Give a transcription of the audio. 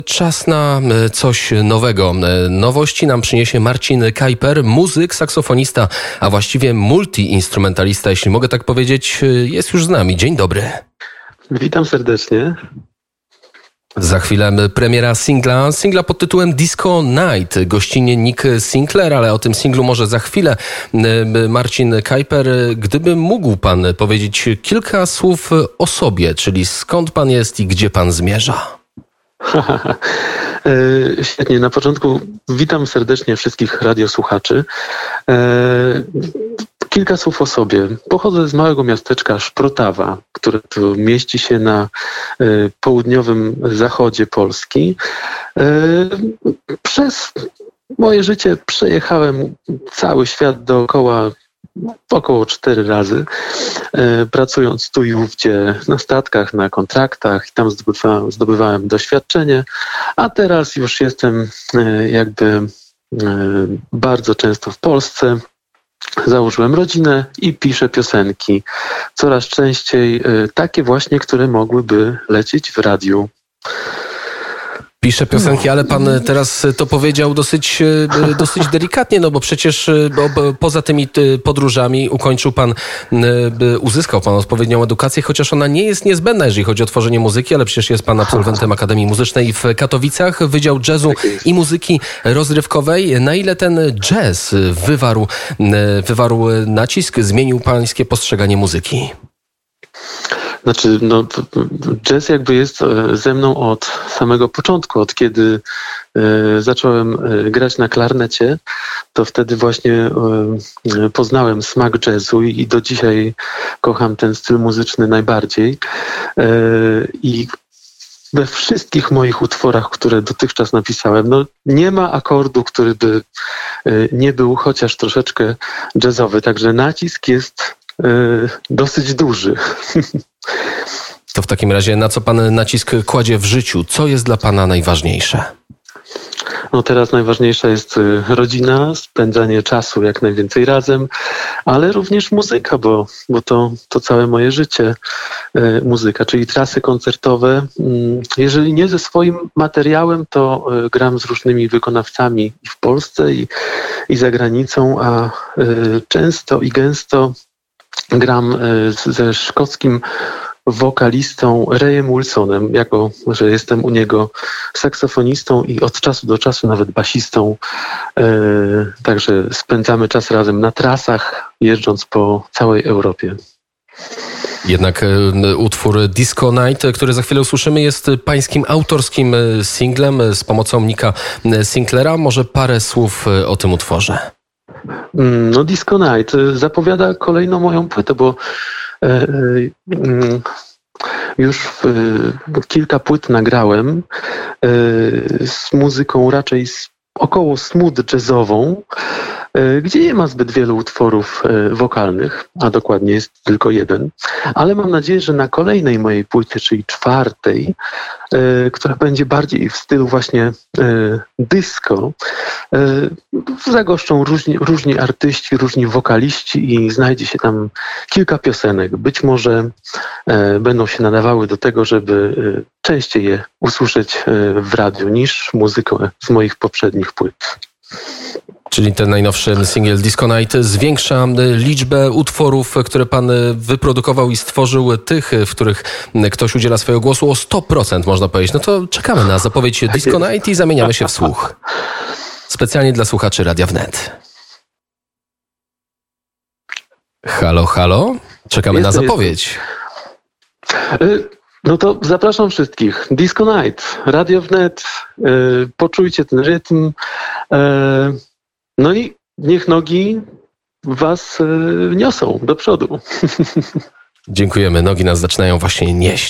Czas na coś nowego. Nowości nam przyniesie Marcin Kajper, muzyk, saksofonista, a właściwie multiinstrumentalista, jeśli mogę tak powiedzieć, jest już z nami. Dzień dobry. Witam serdecznie. Za chwilę premiera singla pod tytułem Disco Night. Gościnnie Nick Sinclair, ale o tym singlu może za chwilę. Marcin Kajper, gdyby mógł pan powiedzieć kilka słów o sobie, czyli skąd pan jest i gdzie pan zmierza? Świetnie. Na początku witam serdecznie wszystkich radiosłuchaczy. Kilka słów o sobie. Pochodzę z małego miasteczka Szprotawa, które tu mieści się na południowym zachodzie Polski. Przez moje życie przejechałem cały świat dookoła około 4 razy, pracując tu i ówdzie na statkach, na kontraktach i tam zdobywałem doświadczenie, a teraz już jestem bardzo często w Polsce. Założyłem rodzinę i piszę piosenki. Coraz częściej takie właśnie, które mogłyby lecieć w radiu. Pisze piosenki, ale pan teraz to powiedział dosyć delikatnie, no bo przecież poza tymi podróżami uzyskał pan odpowiednią edukację, chociaż ona nie jest niezbędna, jeżeli chodzi o tworzenie muzyki, ale przecież jest pan absolwentem Akademii Muzycznej w Katowicach, Wydział Jazzu i Muzyki Rozrywkowej. Na ile ten jazz wywarł nacisk, zmienił pańskie postrzeganie muzyki? Znaczy, jazz jest ze mną od samego początku, od kiedy zacząłem grać na klarnecie, to wtedy właśnie poznałem smak jazzu i do dzisiaj kocham ten styl muzyczny najbardziej. I we wszystkich moich utworach, które dotychczas napisałem, nie ma akordu, który by nie był chociaż troszeczkę jazzowy, także nacisk jest dosyć duży. To w takim razie na co pan nacisk kładzie w życiu? Co jest dla pana najważniejsze? Teraz najważniejsza jest rodzina, spędzanie czasu jak najwięcej razem, ale również muzyka, bo to całe moje życie muzyka, czyli trasy koncertowe. Jeżeli nie ze swoim materiałem, to gram z różnymi wykonawcami i w Polsce i za granicą, a często i gęsto gram ze szkockim wokalistą Rayem Wilsonem, jako że jestem u niego saksofonistą i od czasu do czasu nawet basistą. Także spędzamy czas razem na trasach, jeżdżąc po całej Europie. Jednak utwór Disco Night, który za chwilę usłyszymy, jest pańskim autorskim singlem z pomocą Nicka Sinclaira. Może parę słów o tym utworze? Disco Night zapowiada kolejną moją płytę, bo już kilka płyt nagrałem z muzyką raczej około smooth jazzową, gdzie nie ma zbyt wielu utworów wokalnych, a dokładnie jest tylko jeden. Ale mam nadzieję, że na kolejnej mojej płycie, czyli 4., która będzie bardziej w stylu właśnie disco, zagoszczą różni artyści, różni wokaliści i znajdzie się tam kilka piosenek. Być może będą się nadawały do tego, żeby częściej je usłyszeć w radiu niż muzykę z moich poprzednich płyt. Czyli ten najnowszy singiel Disco Night zwiększa liczbę utworów, które pan wyprodukował i stworzył, tych, w których ktoś udziela swojego głosu o 100%, można powiedzieć. To czekamy na zapowiedź Disco Night i zamieniamy się w słuch. Specjalnie dla słuchaczy Radia Wnet. Halo, halo? Czekamy na zapowiedź. To zapraszam wszystkich. Disco Night, Radio Wnet, poczujcie ten rytm. I niech nogi was niosą do przodu. Dziękujemy. Nogi nas zaczynają właśnie nieść.